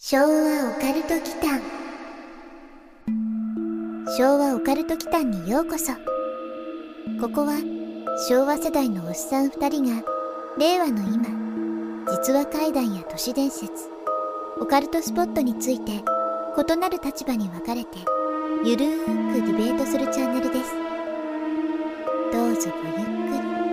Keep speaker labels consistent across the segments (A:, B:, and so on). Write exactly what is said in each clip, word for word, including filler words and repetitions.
A: 昭和オカルト祈間。昭和オカルト祈間にようこそ。ここは昭和世代のおっさん二人が令和の今、実話怪談や都市伝説、オカルトスポットについて異なる立場に分かれてゆるーくディベートするチャンネルです。どうぞごゆっくり。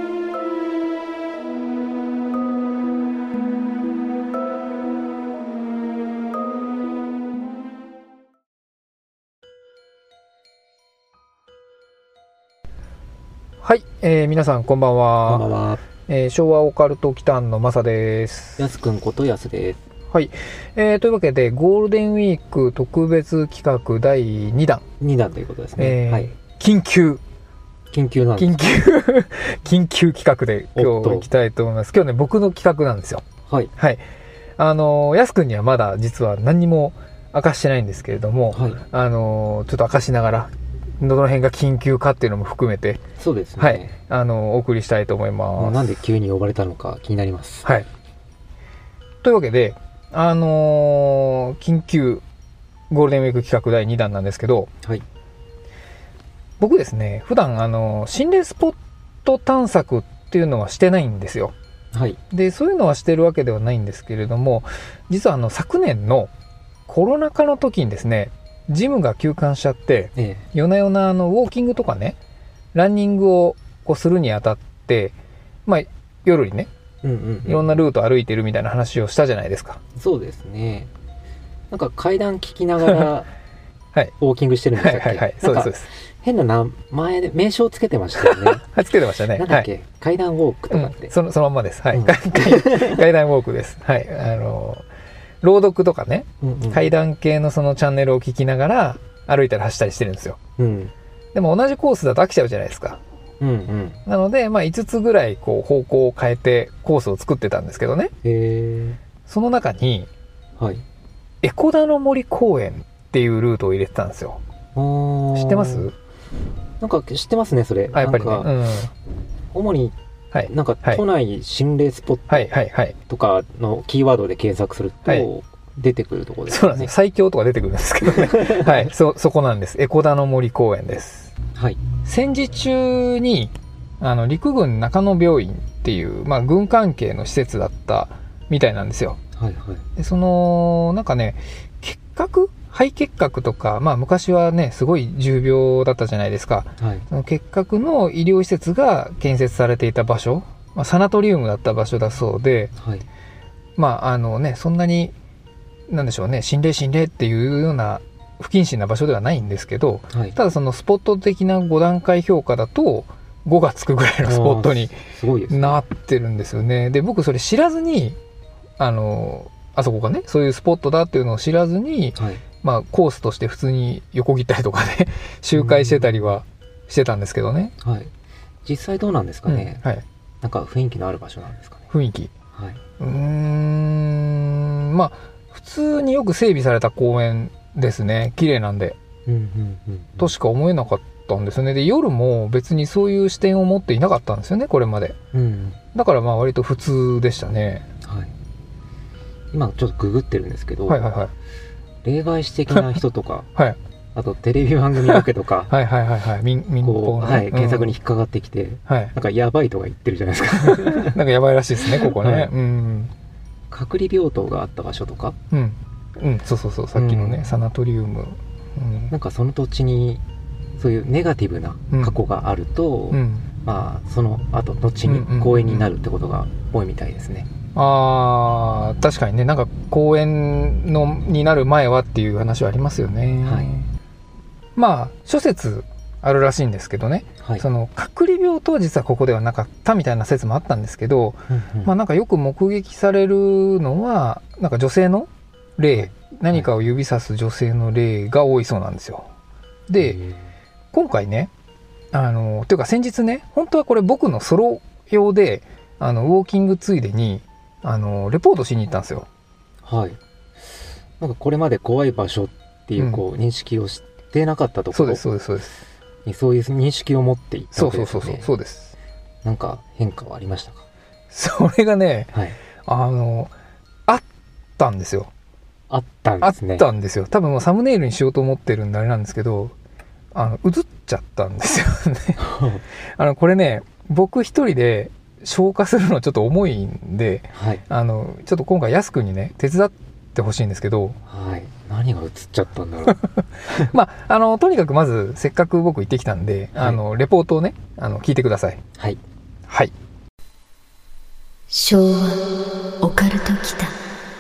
B: はい、えー、皆さんこんばんは。
C: こんばんは。
B: えー、昭和オカルト祈間のマサです。
C: やすくんことやすです。
B: はい、えー、というわけでゴールデンウィーク特別企画だいにだん。
C: にだんということですね。
B: えー、
C: はい。
B: 緊急。
C: 緊急なんです
B: 緊急緊急企画で今日行きたいと思います。今日ね、僕の企画なんですよ。
C: はい。
B: はい。あのー、やすくんにはまだ実は何にも明かしてないんですけれども、
C: はい。
B: あのー、ちょっと明かしながら、どの辺が緊急かっていうのも含めて、
C: そうですね。
B: はい、あのお送りしたいと思います。
C: なんで急に呼ばれたのか気になります。
B: はい。というわけで、あのー、緊急ゴールデンウィーク企画だいにだんなんですけど、
C: はい。
B: 僕ですね、普段あの心霊スポット探索っていうのはしてないんですよ。
C: はい。
B: で、そういうのはしてるわけではないんですけれども、実はあの昨年のコロナ禍の時にですね、ジムが休館しちゃって、
C: ええ、
B: 夜な夜なあのウォーキングとかね、ランニングをこうするにあたって、まあ、夜にね、
C: うんうんうん、
B: いろんなルート歩いてるみたいな話をしたじゃないですか。
C: そうですね。なんか階段聞きながら、
B: はい、
C: ウォーキングしてるんでしたっけ？
B: はいはいはい、そうですそうです。
C: 変な名前で名称つけてましたよね。
B: つけてましたね。
C: なんだっけ、はい、階段ウォークとかって、
B: うん、そのそのまんまです。はい、うん、階段ウォークです。はい、あの朗読とかね、うんうん、階段系のそのチャンネルを聞きながら歩いたり走ったりしてるんですよ。うん、でも同じコースだと飽きちゃうじゃないですか。うんうん、なので、まあ、いつつぐらいこう方向を変えてコースを作ってたんですけどね。へ、その中に、はい、江古田の森公園っていうルートを入れてたんですよ。知ってます？
C: なんか知ってますね、それ。
B: あ、やっぱりね。うん、
C: 主に、はい、なんか都内心霊スポットとかのキーワードで検索すると、はい、出てくるところですね。
B: そうなんです。最強とか出てくるんですけどね。はい、そ、そこなんです。江古田の森公園です。はい。戦時中に、あの、陸軍中野病院っていう、まあ、軍関係の施設だったみたいなんですよ。はいはい。で、その、なんかね、結核肺結核とか、まあ、昔はね、すごい重病だったじゃないですか。はい。その結核の医療施設が建設されていた場所、まあ、サナトリウムだった場所だそうで、はい。まあ、あのね、そんなに、なんでしょうね、心霊心霊っていうような不謹慎な場所ではないんですけど、はい、ただそのスポット的なごだんかい評価だとごがつくぐらいのスポットになってるんですよね。で、僕それ知らずに、あの、あそこがね、そういうスポットだっていうのを知らずに、はい、まあコースとして普通に横切ったりとかで周回してたりはしてたんですけどね。
C: はい。実際どうなんですかね、うん、はい。なんか雰囲気のある場所なんですかね。
B: 雰囲気。はい。うーん、まあ、普通によく整備された公園ですね。綺麗なんで、うんうんうんうん、としか思えなかったんですよね。で、夜も別にそういう視点を持っていなかったんですよね、これまで。うん、だからまあ割と普通でしたね。はい。
C: 今ちょっとググってるんですけど、
B: はいはいはい、
C: 霊媒師的な人とか、はい、あとテレビ番組ロケとか、
B: はいはいはいはい、民民放の、ね、
C: はい、検索に引っかかってきて、うん、なんかやばいとか言ってるじゃないですか。
B: なんかやばいらしいですね、ここね。はい、うん。
C: 隔離病棟があった場所とか、
B: うん、うん、そうそうそう、さっきのね、うん、サナトリウム、
C: うん、なんかその土地にそういうネガティブな過去があると、うん、まあその後後に公園になるってことが多いみたいですね。
B: あー、確かにね、なんか公園のになる前はっていう話はありますよね。はい、まあ諸説あるらしいんですけどね、はい、その隔離病棟は実はここではなかったみたいな説もあったんですけど、うんうん、まあなんかよく目撃されるのはなんか女性の霊、何かを指さす女性の霊が多いそうなんですよ。で、今回ね、あのというか先日ね、本当はこれ僕のソロ用であのウォーキングついでにあのレポートしに行ったんですよ。
C: はい。なんかこれまで怖い場所っていうこう、うん、認識をしてなかったところ、
B: そうですそうですそうです。
C: にそういう認識を持っていったわけですよね。
B: そうそうそうそうです。
C: なんか変化はありましたか？
B: それがね、はい、あのあったんですよ。
C: あったんですね。
B: あったんですよ。多分サムネイルにしようと思ってるんであれなんですけど、あの映っちゃったんですよねあのこれね、僕一人で消化するのちょっと重いんで、はい、あのちょっと今回やすくんにね手伝ってほしいんですけど、
C: はい、何が映っちゃったんだろう
B: まああのとにかくまずせっかく僕行ってきたんで、はい、あのレポートをねあの聞いてください。
C: はい
B: はい。
A: 昭和オカルト祈間。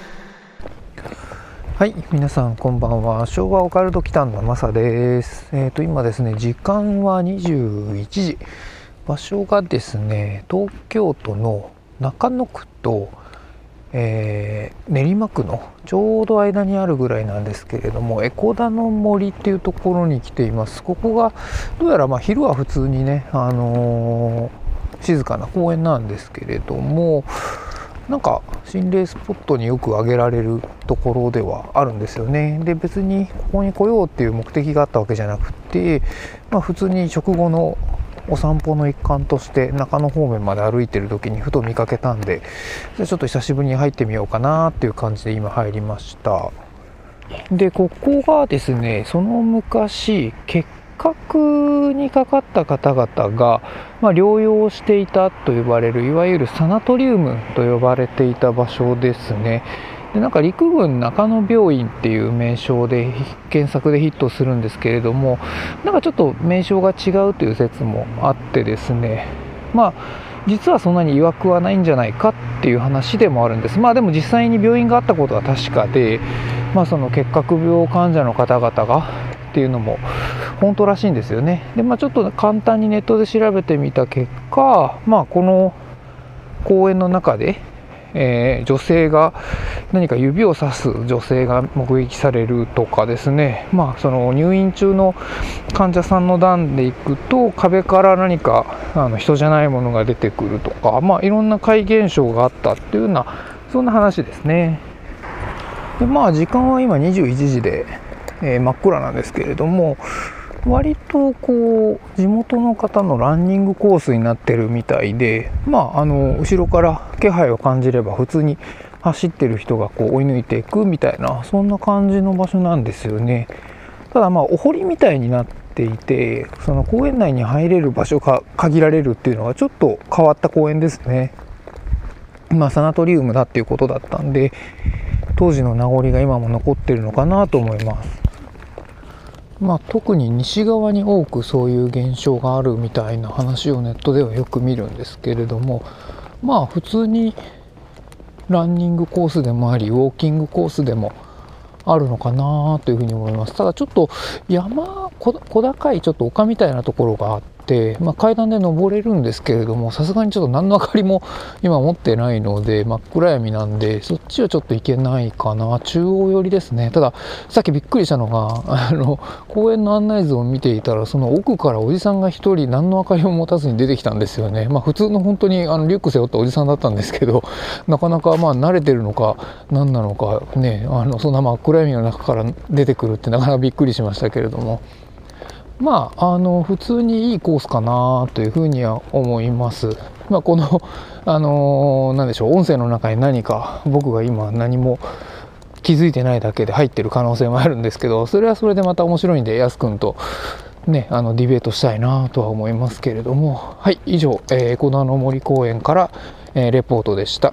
B: はい、皆さんこんばんは。昭和オカルト祈間のマサです。えっと今ですね、時間はにじゅういちじ、場所がですね東京都の中野区と、えー、練馬区のちょうど間にあるぐらいなんですけれども、江古田の森っていうところに来ています。ここがどうやらまあ昼は普通にね、あのー、静かな公園なんですけれども、なんか心霊スポットによく挙げられるところではあるんですよね。で別にここに来ようっていう目的があったわけじゃなくて、まあ、普通に食後のお散歩の一環として中野方面まで歩いてる時にふと見かけたんで、じゃあちょっと久しぶりに入ってみようかなっていう感じで今入りました。でここがですね、その昔結核にかかった方々が、まあ、療養していたと呼ばれるいわゆるサナトリウムと呼ばれていた場所ですね。でなんか陸軍中野病院っていう名称で検索でヒットするんですけれども、なんかちょっと名称が違うという説もあってですね、まあ実はそんなに曰くはないんじゃないかっていう話でもあるんです。まあでも実際に病院があったことは確かで、まあその結核病患者の方々がっていうのも本当らしいんですよね。でまあちょっと簡単にネットで調べてみた結果、まあこの公園の中で、えー、女性が何か指をさす女性が目撃されるとかですね、まあその入院中の患者さんの段でいくと壁から何かあの人じゃないものが出てくるとか、まあいろんな怪現象があったっていうようなそんな話ですね。でまあ時間は今にじゅういちじで、えー、真っ暗なんですけれども、割とこう地元の方のランニングコースになってるみたいで、まああの後ろから気配を感じれば普通に走ってる人がこう追い抜いていくみたいな、そんな感じの場所なんですよね。ただまあお堀みたいになっていて、その公園内に入れる場所が限られるっていうのはちょっと変わった公園ですね。まあサナトリウムだっていうことだったんで、当時の名残が今も残ってるのかなと思います。まあ、特に西側に多くそういう現象があるみたいな話をネットではよく見るんですけれども、まあ普通にランニングコースでもありウォーキングコースでもあるのかなというふうに思います。ただちょっと山小高いちょっと丘みたいなところがあって、まあ、階段で登れるんですけれども、さすがにちょっと何の明かりも今持ってないので真っ暗闇なんで、そっちはちょっと行けないかな。中央寄りですね。たださっきびっくりしたのが、あの公園の案内図を見ていたら、その奥からおじさんが一人何の明かりも持たずに出てきたんですよね。まあ普通の本当にあのリュック背負ったおじさんだったんですけど、なかなかまあ慣れてるのか何なのかね、あのそんな真っ暗闇の中から出てくるってなかなかびっくりしましたけれども、まああの普通にいいコースかなというふうには思います。まあこのあの何でしょう、音声の中に何か僕が今何も気づいてないだけで入ってる可能性もあるんですけど、それはそれでまた面白いんで、やすくんとねあのディベートしたいなとは思いますけれども、はい、以上、えー、江古田の森公園から、えー、レポートでした。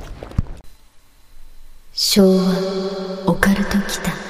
A: 昭和オカルト祈間。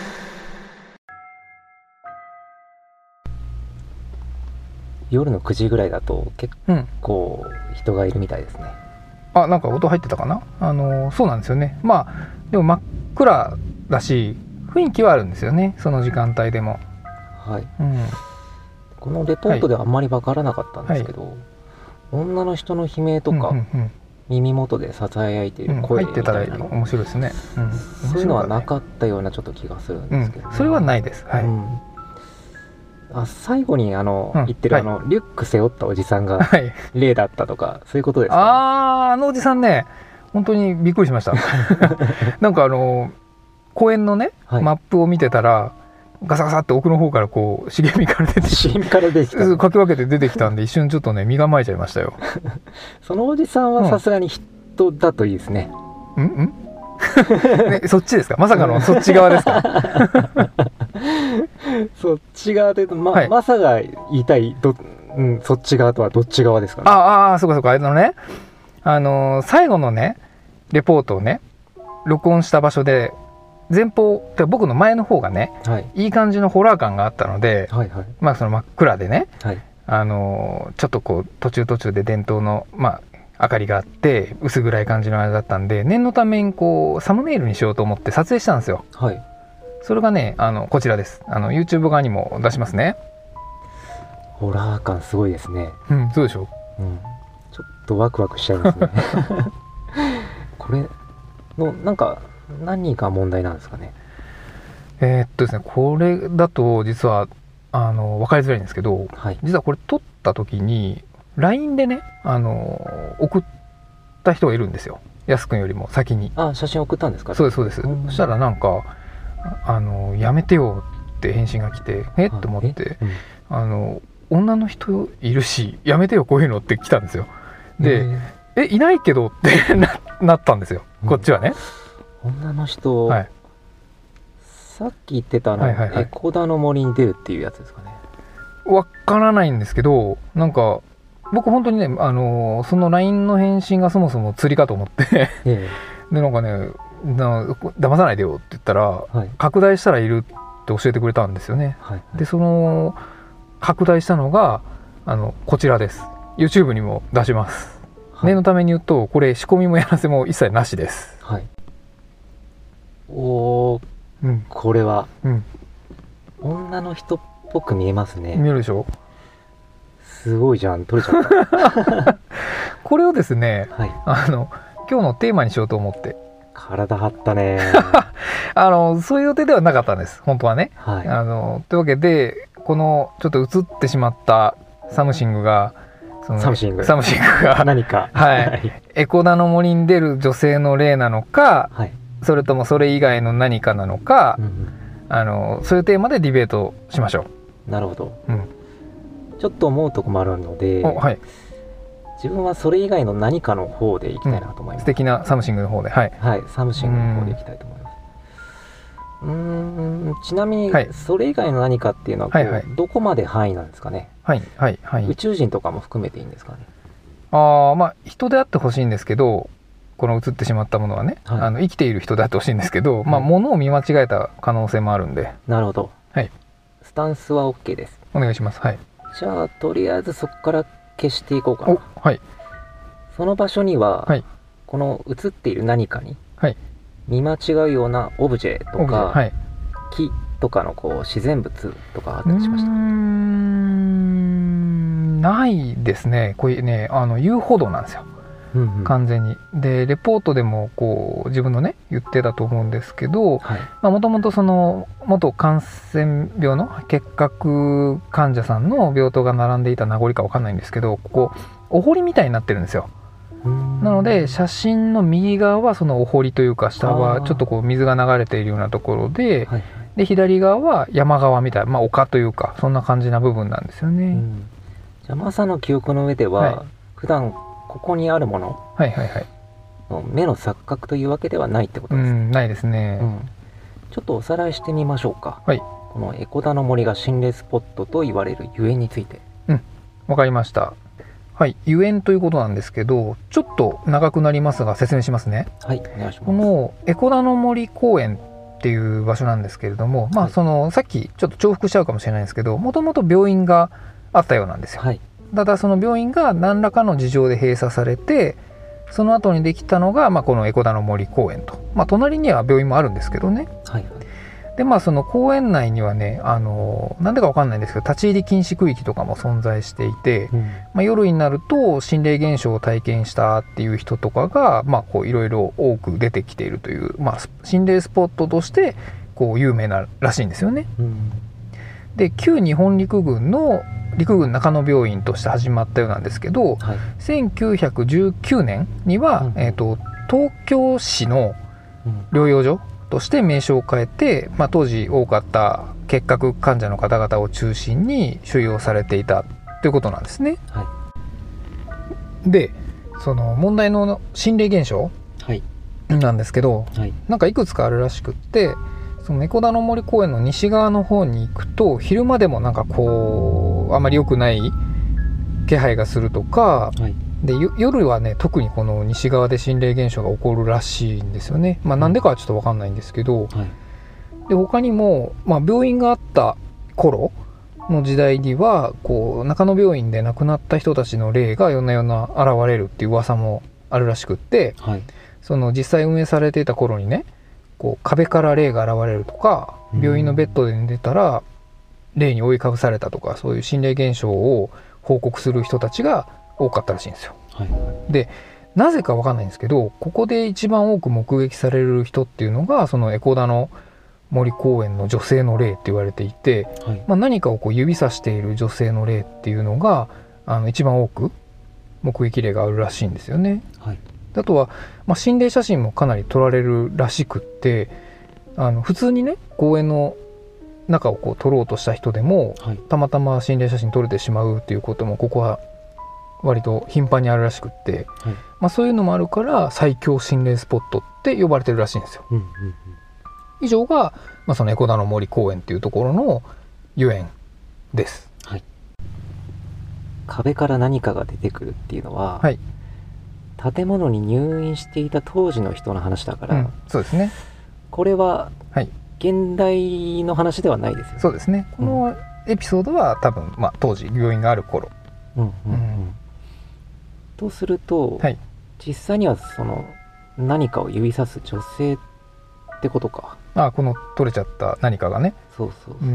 C: 夜のくじぐらいだと結構人がいるみたいですね。
B: うん、あ、なんか音入ってたかな。あのそうなんですよね。まあでも真っ暗だし雰囲気はあるんですよね、その時間帯でも。
C: はい、
B: うん、
C: このレポートではあんまり分からなかったんですけど、はい、女の人の悲鳴とか、うんうんうん、耳元でささやいている声みたいなの、うん、入ってたら面白いですね、うん、そういうのはなかったようなちょっと気がするんですけど、ね、
B: うん、それはないです。はい、うん、
C: あ、最後にあの、うん、言ってるあの、はい、リュック背負ったおじさんが霊だったとか、はい、そういうことですか、ね、
B: ああ、あのおじさんね本当にびっくりしましたなんかあの公園のね、はい、マップを見てたらガサガサって奥の方からこう茂みから出てきて
C: 茂みから出てきた
B: かき分けて出てきたんで一瞬ちょっとね身構えちゃいましたよ
C: そのおじさんはさすがに人だといいですね。
B: うんうんね、そっちですか？まさかのそっち側ですか？
C: そっち側で、ま、はい、マサが言いたいど、うん、そっち側とはどっち側ですかね？
B: ああ、そうかそうか。あのね、あのー、最後のねレポートをね録音した場所で前方で僕の前の方がね、はい、いい感じのホラー感があったので、はいはい、まあその真っ暗でね、はい、あのー、ちょっとこう途中途中で電灯のまあ明かりがあって薄暗い感じのあれだったんで、念のためにこうサムネイルにしようと思って撮影したんですよ。はい。それがね、あのこちらです。あの YouTube 側にも出しますね。
C: ホラー感すごいですね。
B: うん、そうでしょう。
C: うん。ちょっとワクワクしちゃいますね。これのなんか何が問題なんですかね。
B: えー、っとですね、これだと実はあの分かりづらいんですけど、はい、実はこれ撮った時に ライン でね、あの送った人がいるんですよ。やすくんよりも先に。
C: あ、写真送ったんですか？
B: そうですそうです。そしたらなんかあのやめてよって返信が来て、えっと思って、うん、あの女の人いるしやめてよこういうのって来たんですよ。で、えいないけどってな, なったんですよ。こっちはね。
C: うん、女の人、はい、さっき言ってたの、はいはいはい、エコダの森に出るっていうやつですかね。
B: わからないんですけど、なんか僕本当にね、あのその ライン の返信がそもそも釣りかと思って、ええ、でなんかねな騙さないでよって言ったら、はい、拡大したらいるって教えてくれたんですよね。はい、でその拡大したのがあのこちらです。 YouTube にも出します。はい、念のために言うとこれ仕込みもやらせも一切なしです。はい、
C: おー、うん、これは、うん、女の人っぽく見えますね。
B: 見えるでしょ。
C: すごいじゃん、撮れちゃった
B: これをですね、はい、あの今日のテーマにしようと思って。
C: 体張ったね
B: あのそういう予定ではなかったんです本当はね。はい、あのというわけでこのちょっと映ってしまったサムシングがその
C: サムシング
B: サムシングが
C: 何か、
B: はい、エコダの森に出る女性の霊なのか、はい、それともそれ以外の何かなのか、うんうん、あのそういうテーマでディベートしましょ
C: う。なるほど、うん、ちょっと思うとこもあるので、はい、自分はそれ以外の何かの方でいきたいなと思います。
B: うん、素敵なサムシングの方で、はい、
C: はい、サムシングの方でいきたいと思います。うーん、ちなみにそれ以外の何かっていうのはこう、はいはい、どこまで範囲なんですかね。はいはいはい。宇宙人とかも含めていいんですかね。
B: ああ、まあ人であってほしいんですけど、この映ってしまったものはね、はい、あの生きている人であってほしいんですけど、まあ物を見間違えた可能性もあるんで。
C: なるほど。はい。スタンスは OK です。
B: お願いします。はい。
C: じゃあとりあえずそこから消していこうかな。はい。その場所には、はい、この映っている何かに、はい、見間違うようなオブジェとか、はい、木とかのこう自然物とかあったりしました？うー
B: ん、ないですね。これね、あの遊歩道なんですよ、うんうん、完全に。でレポートでもこう自分のね言ってたと思うんですけど、もともとその元感染病の結核患者さんの病棟が並んでいた名残か分かんないんですけど、ここお堀みたいになってるんですよ。なので写真の右側はそのお堀というか、下はちょっとこう水が流れているようなところで、はい、で左側は山側みたいな、まあ、丘というかそんな感じな部分なんですよね。うん、
C: じゃあマサの記憶の上では、はい、普段ここにあるもの、はいはいはい、目の錯覚というわけではないってことです。うん、
B: ないですね。うん、
C: ちょっとおさらいしてみましょうか。はい、このエコダの森が心霊スポットと言われるゆえんについて。
B: うん、わかりました。はい、ゆえんということなんですけど、ちょっと長くなりますが説明しますね。
C: はい、お願いします。
B: このエコダの森公園っていう場所なんですけれども、まあそのさっきちょっと重複しちゃうかもしれないんですけど、もともと病院があったようなんですよ。はい、ただその病院が何らかの事情で閉鎖されて、その後にできたのが、まあ、このエコダの森公園と、まあ、隣には病院もあるんですけどね。はい、でまあその公園内にはね、あのなんでかわかんないんですけど、立ち入り禁止区域とかも存在していて、うん、まあ、夜になると心霊現象を体験したっていう人とかが、まあこういろいろ多く出てきているという、まあ、心霊スポットとしてこう有名ならしいんですよね。うん、で旧日本陸軍の陸軍中野病院として始まったようなんですけど、はい、せんきゅうひゃくじゅうきゅうねんには、うん、えーと、東京市の療養所として名称を変えて、まあ、当時多かった結核患者の方々を中心に収容されていたということなんですね。はい、でその問題の心霊現象なんですけど、はい、なんかいくつかあるらしくって、その江古田の森公園の西側の方に行くと昼間でもなんかこうあまり良くない気配がするとか、はい、で夜はね特にこの西側で心霊現象が起こるらしいんですよね。まあなんでかはちょっと分かんないんですけど、はい、で他にも、まあ、病院があった頃の時代にはこう中野病院で亡くなった人たちの霊が夜な夜な現れるっていう噂もあるらしくって、はい、その実際運営されていた頃にねこう壁から霊が現れるとか、病院のベッドで寝てたら霊に覆いかぶされたとか、そういう心霊現象を報告する人たちが多かったらしいんですよ。はい、でなぜか分かんないんですけど、ここで一番多く目撃される人っていうのがその江古田の森公園の女性の霊って言われていて、はい、まあ、何かをこう指さしている女性の霊っていうのがあの一番多く目撃例があるらしいんですよね。はい、あとは、まあ、心霊写真もかなり撮られるらしくって、あの普通にね公園の中をこう撮ろうとした人でも、はい、たまたま心霊写真撮れてしまうっていうこともここは割と頻繁にあるらしくって、はい、まあ、そういうのもあるから最強心霊スポットって呼ばれてるらしいんですよ。うんうんうん、以上が、まあ、その江古田の森公園っていうところのゆえんです。はい、
C: 壁から何かが出てくるっていうのは、はい、建物に入院していた当時の人の話だから、うん、
B: そうですね。
C: これは現代の話ではないですよね。
B: そうですね。このエピソードは多分、まあ、当時病院がある頃、うんうんうんうん、
C: とすると、はい、実際にはその何かを指さす女性ってことか。
B: あ、この取れちゃった何かがね。
C: そうそうそう。うん、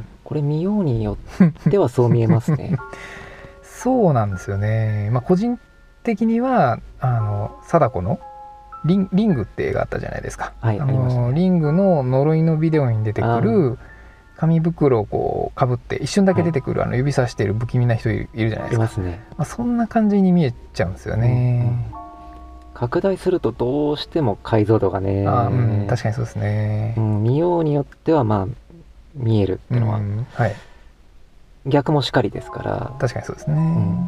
C: これ見ようによってはそう見えますね。
B: そうなんですよね。まあ、個人的にはあの貞子のリン、リングって映画あったじゃないですか。はい、あの、ね、リングの呪いのビデオに出てくる紙袋をこうかぶって一瞬だけ出てくる、はい、あの指さしてる不気味な人いるじゃないですか。いますね。まあ、そんな感じに見えちゃうんですよね。うんうん、
C: 拡大するとどうしても解像度がね、
B: あ、うん、確かにそうですね。
C: うん、見ようによってはまあ見えるっていうのは、うん、はい、逆もしかりですから。
B: 確かにそうですね。うん、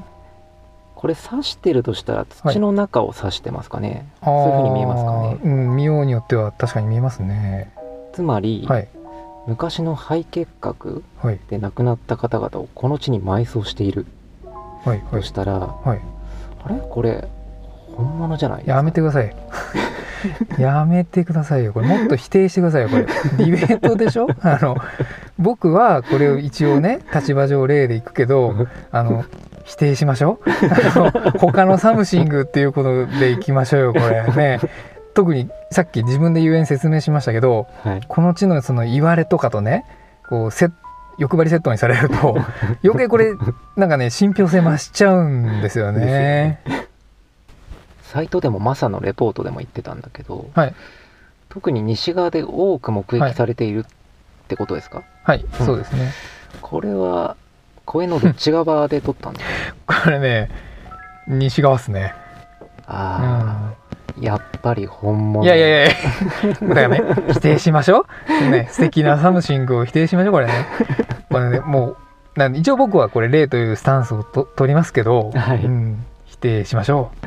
C: これ刺してるとしたら土の中を刺してますかね。はい、そういう風に見えますかね。
B: うん、見ようによっては確かに見えますね。
C: つまり、はい、昔の肺結核で亡くなった方々をこの地に埋葬している、はい、としたら、はい、あれこれ本物じゃないですか。
B: やめてください。やめてくださいよ。これもっと否定してくださいよ。これディベートでしょ。あの僕はこれを一応ね立場上例でいくけど、あの否定しましょう。あの他のサムシングっていうことでいきましょうよ。これね。特にさっき自分でゆえん説明しましたけど、はい、この地のその言われとかとねこうセ欲張りセットにされると余計これなんかね信憑性増しちゃうんですよね。
C: サイトでもマサのレポートでも言ってたんだけど、はい、特に西側で多く目撃されているってことですか？
B: はい、うん、そうですね。
C: これは公園のどっち側で撮ったんです
B: か？これね西側っすね。
C: ああ、うん、やっぱり本物。
B: いやいやいやだからね否定しましょう、ね、素敵なサムシングを否定しましょう。これねこれねもうなん一応僕はこれ例というスタンスをと取りますけど、はい、うん、否定しましょう。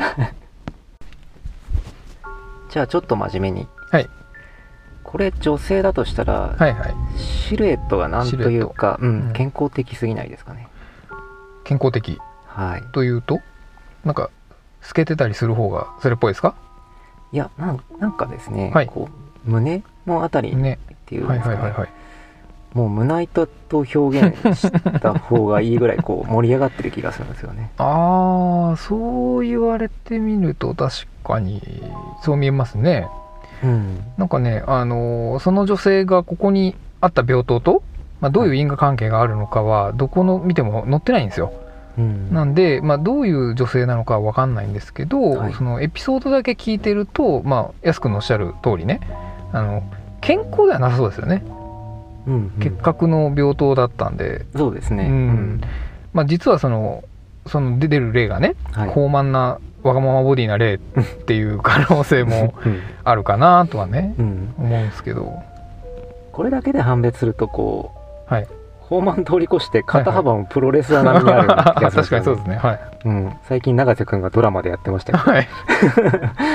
C: じゃあちょっと真面目に、
B: はい、
C: これ女性だとしたら、はいはい、シルエットがなんというか、うん、健康的すぎないですかね。
B: 健康的、はい、というとなんか透けてたりする方がそれっぽいですか？
C: いや な, なんかですね、はい、こう胸のあたりっていうんですかね、はいはいはいはい、もう胸板と表現した方がいいぐらいこう盛り上がってる気がするんですよね。
B: ああ、そう言われてみると確かにそう見えますね。うん、なんかね、あのー、その女性がここにあった病棟と、まあ、どういう因果関係があるのかはどこの見ても載ってないんですよ。うん、なんで、まあ、どういう女性なのかは分かんないんですけど、はい、そのエピソードだけ聞いてると、まあ、安くんのおっしゃる通りね、あの健康ではなさそうですよね。うんうん、結核の病棟だったんで。
C: そうですね、
B: うんうん、まあ、実はそのその出てる例がね、はい、高慢なわがままボディな例っていう可能性もあるかなとはね、うん、思うんですけど、
C: これだけで判別するとこう、はい、放慢通り越して肩幅もプロレスラー並みにある気がする、ね、
B: 確かにそうですね、はい、
C: うん、最近永瀬くんがドラマでやってましたけど、はい、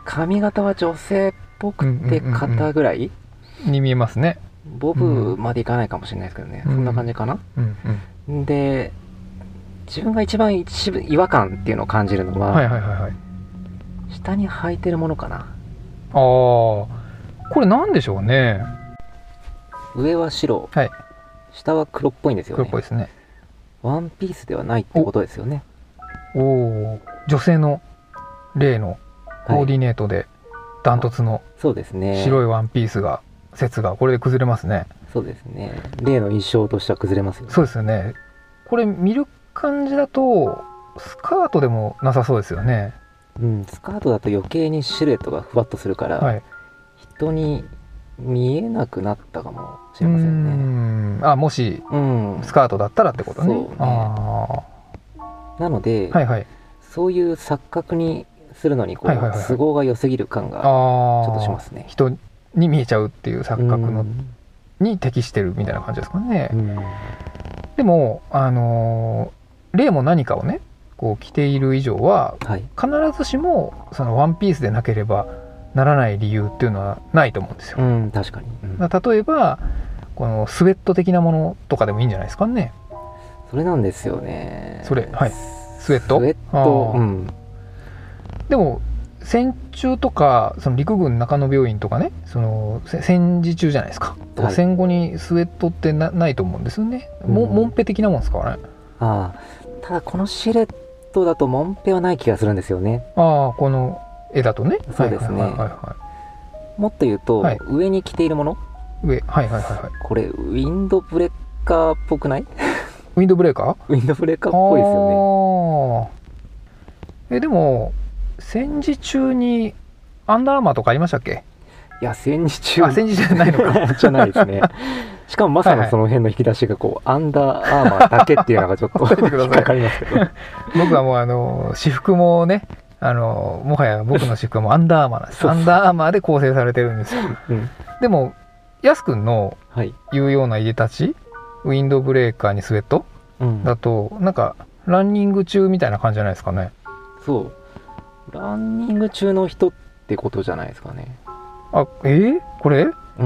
C: 髪型は女性っぽくて肩ぐらい、
B: うんうんうんうん、に見えますね。
C: ボブまでいかないかもしれないですけどね、うん、そんな感じかな、うんうん、で自分が一番一部違和感っていうのを感じるのは、はいはいはいはい、下に履いてるものかな。あ
B: あ、これなんでしょうね。
C: 上は白、はい、下は黒っぽいんですよね。
B: 黒っぽいですね。
C: ワンピースではないってことですよね。
B: おお、女性の例のコーディネートでダントツの
C: そうですね、
B: 白いワンピースが説がこれで崩れますね。
C: そうですね、例の印象としては崩れますよね。
B: そうですよね。これ見る感じだとスカートでもなさそうですよね。
C: うん、スカートだと余計にシルエットがふわっとするから、はい、人に見えなくなったかもしれませんね。
B: うん、あ、もしスカートだったらってことね。うん、そうね。あ、
C: なので、はいはい、そういう錯覚にするのにこう、はいはいはい、都合が良すぎる感がちょっとしますね。
B: 人に見えちゃうっていう錯覚のに適してるみたいな感じですかね。でもあのー、例も何かをねこう着ている以上は、はい、必ずしもそのワンピースでなければならない理由っていうのはないと思うんですよ。
C: うん、確かに、うん、
B: 例えばこのスウェット的なものとかでもいいんじゃないですかね。
C: それなんですよね。
B: それ、はい、スウェット、
C: スウェット、うん、
B: でも戦中とかその陸軍中野病院とかね、その戦時中じゃないですか、はい、戦後にスウェットって な, ないと思うんですよね。も、うん、モンペ的なもんですからね。
C: ああ、ただこのシルエットだとモンペはない気がするんですよね。
B: ああ、この絵だとね。
C: そうですね。もっと言うと、はい、上に着ているもの、
B: 上、はいはいはいはい、
C: これウィンドブレーカーっぽくない？
B: ウィンドブレーカー？
C: ウィンドブレーカーっぽいですよ
B: ね。え、でも戦時中にアンダーアーマーとかありましたっけ？
C: いや、戦時中、
B: あ、戦時じゃないのか
C: じゃないですね。しかもまさにその辺の引き出しがこう、はいはい、アンダーアーマーだけっていうのがちょっと引っかかりますけど
B: 僕はもうあの私服もね、あのもはや僕の私服はもうアンダーアーマーなんです。アンダーアーマーで構成されてるんですよ、うん、でもやすくんの言うようないでたち、はい、ウィンドブレーカーにスウェット、うん、だとなんかランニング中みたいな感じじゃないですかね。
C: そう、ランニング中の人ってことじゃないですかね。
B: あ、えー、これ、うん、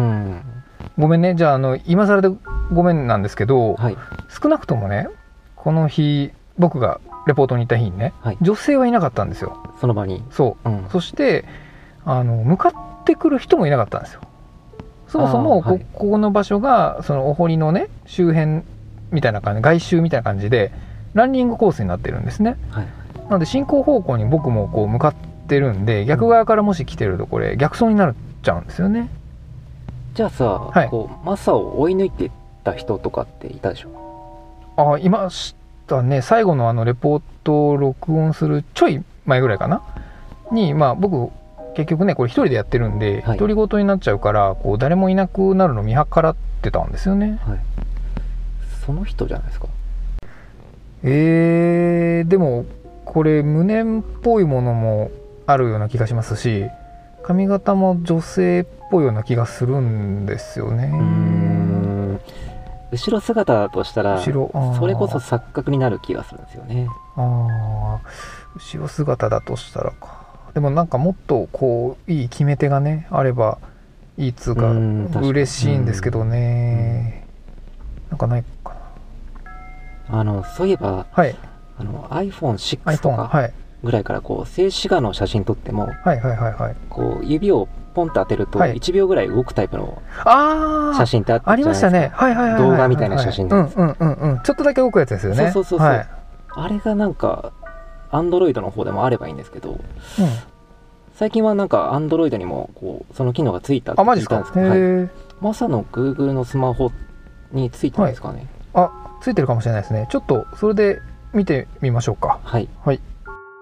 B: ごめんね。じゃあ、あの今更でごめんなんですけど、はい、少なくともねこの日僕がレポートに行った日にね、はい、女性はいなかったんですよ、
C: その場に。
B: そう、うん、そしてあの向かってくる人もいなかったんですよ。そもそも こ,、はい、ここの場所がそのお堀のね周辺みたいな感じ、外周みたいな感じでランニングコースになってるんですね、はい、なので進行方向に僕もこう向かってるんで、逆側からもし来てるとこれ逆走になっちゃうんですよね。
C: じゃあさ、はい、こうマサを追い抜いていった人とかっていたでしょ？
B: あ、いましたね。最後のあのレポートを録音するちょい前ぐらいかなに、まあ僕結局ねこれ一人でやってるんで、はい、独り言になっちゃうからこう誰もいなくなるの見計らってたんですよね、はい、
C: その人じゃないですか。
B: えー、でもこれ胸っぽいものもあるような気がしますし、髪型も女性っぽいような気がするんですよね。うーん、
C: 後ろ姿だとしたら後ろそれこそ錯覚になる気がするんですよね。
B: あ、後ろ姿だとしたらか。でもなんかもっとこういい決め手がねあればいいつうか嬉しいんですけどね。なんかないか
C: な。あのそういえば、はい、あの アイフォンシックス とかぐらいからこう静止画の写真撮っても、はいはいはいはい、こう指をポンと当てるといちびょうぐらい動くタイプの写真ってあったじゃないですか。ありましたね。はいはいはいはい、動画みたいな写真で、うんうんうんうん、
B: ちょっとだけ動くやつですよね。
C: そうそうそうそう、はい、あれがなんかアンドロイドの方でもあればいいんですけど、うん、最近はなんかアンドロイドにもこうその機能がついたって聞いたんですけど、はい、まさの Google のスマホについてないですかね、
B: はい、あ、ついてるかもしれないですね。ちょっとそれで見てみましょうか。はい、はい、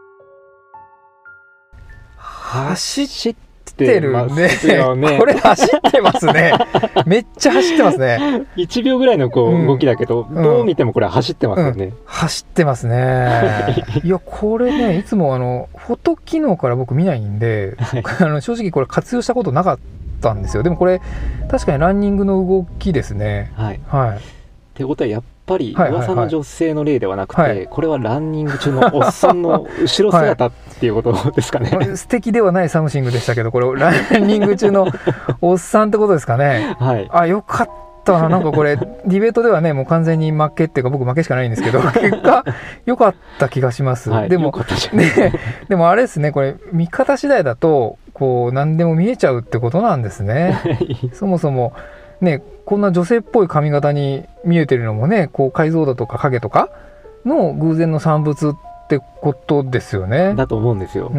B: 走ってるね。これ走ってますね。めっちゃ走ってますね。
C: いちびょうぐらいのこう動きだけど、うん、どう見てもこれ走ってますよね、うんうん、
B: 走ってますね。いやこれねいつもあのフォト機能から僕見ないんで、はい、あの正直これ活用したことなかったんですよ。でもこれ確かにランニングの動きですね。
C: はい、はい、ってことはやっぱり噂の女性の例ではなくて、はいはいはい、これはランニング中のおっさんの後ろ姿っていうことですかね、
B: はい、素敵ではないサムシングでしたけど、これランニング中のおっさんってことですかね。はい、あ、よかったな。なんかこれディベートではねもう完全に負けっていうか僕負けしかないんですけど結果良かった気がします、はい、でもね、でもあれですね、これ見方次第だとこう何でも見えちゃうってことなんですねそもそもね、こんな女性っぽい髪型に見えてるのもね、こう解像度とか影とかの偶然の産物ってことですよね。
C: だと思うんですよ。うん、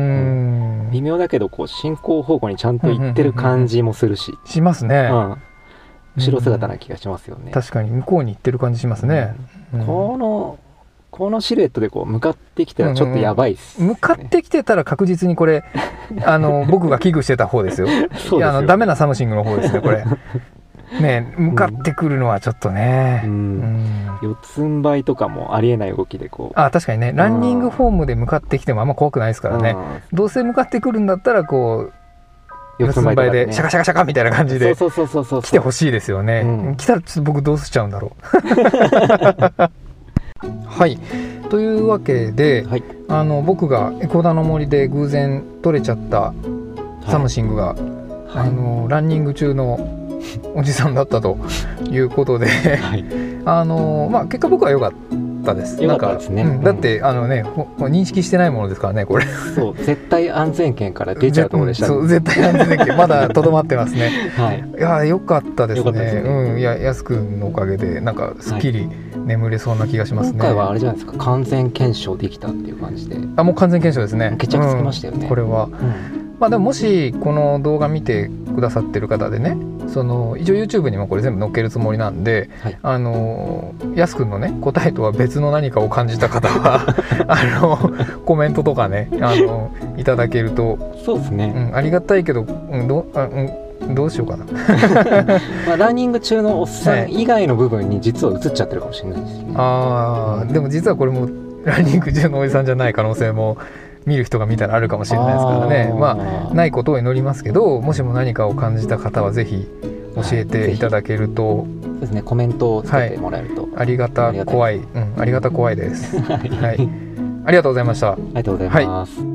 C: 微妙だけどこう進行方向にちゃんといってる感じもするし、
B: しますね、うん、
C: 後ろ姿な気がしますよね。
B: 確かに向こうに行ってる感じしますね、
C: うんうん、このこのシルエットでこう向かってきてたらちょっとやばいっす、ね、
B: うんうん、向かってきてたら確実にこれあの僕が危惧してた方ですよ。そうですよ。いや、あのダメなサムシングの方ですねこれね、向かってくるのはちょっとね、うん
C: うん、四つん這いとかもありえない動きでこう、
B: あ、確かにね、ランニングフォームで向かってきてもあんま怖くないですからね。どうせ向かってくるんだったらこう四つん這いでシャカシャカシャカみたいな感じで来てほしいですよね、うん、来たらちょっと僕どうしちゃうんだろうはい、というわけで、はい、あの僕がエコダの森で偶然取れちゃったサムシングが、はい、あのランニング中のおじさんだったということで、はい、あのまあ、結果僕は良かったです。
C: 良かったですね。
B: なんか、うん、だってあのね、認識してないものですからねこれ。
C: そう、絶対安全圏から出ちゃうところでしたね。
B: そう、絶対安全圏まだとどまってますね。はい。いや良かったですね。ですね、うん、いや安くんのおかげでなんかすっきり眠れそうな気がしますね。
C: 今回はあれじゃないですか、完全検証できたっていう感じで。
B: あ、もう完全検証ですね。
C: 決着つきましたよね。うん、
B: これは。うん、まあでももしこの動画見てくださってる方でね、その一応 YouTube にもこれ全部載っけるつもりなんで、はい、あのやすくんのね答えとは別の何かを感じた方はあのコメントとかねあのいただけると、
C: そうですね、
B: うん、ありがたいけど、うん、どあ、うん、どうしようかな
C: まあランニング中のおっさん以外の部分に実は映っちゃってるかもしれないですよね。
B: ああ、でも実はこれもランニング中のおじさんじゃない可能性も見る人が見たらあるかもしれないですからね。あ、まあないことを祈りますけど、もしも何かを感じた方はぜひ教えていただけると、はい、
C: そうですね、コメントをつけてもらえると、はい、
B: ありがた怖い、うん、ありがた怖いですはい、はい、ありがとうございました。
C: ありがとうございます、はい、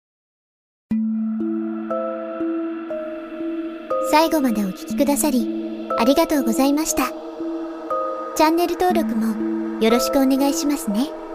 A: 最後までお聞きくださりありがとうございました。チャンネル登録もよろしくお願いしますね。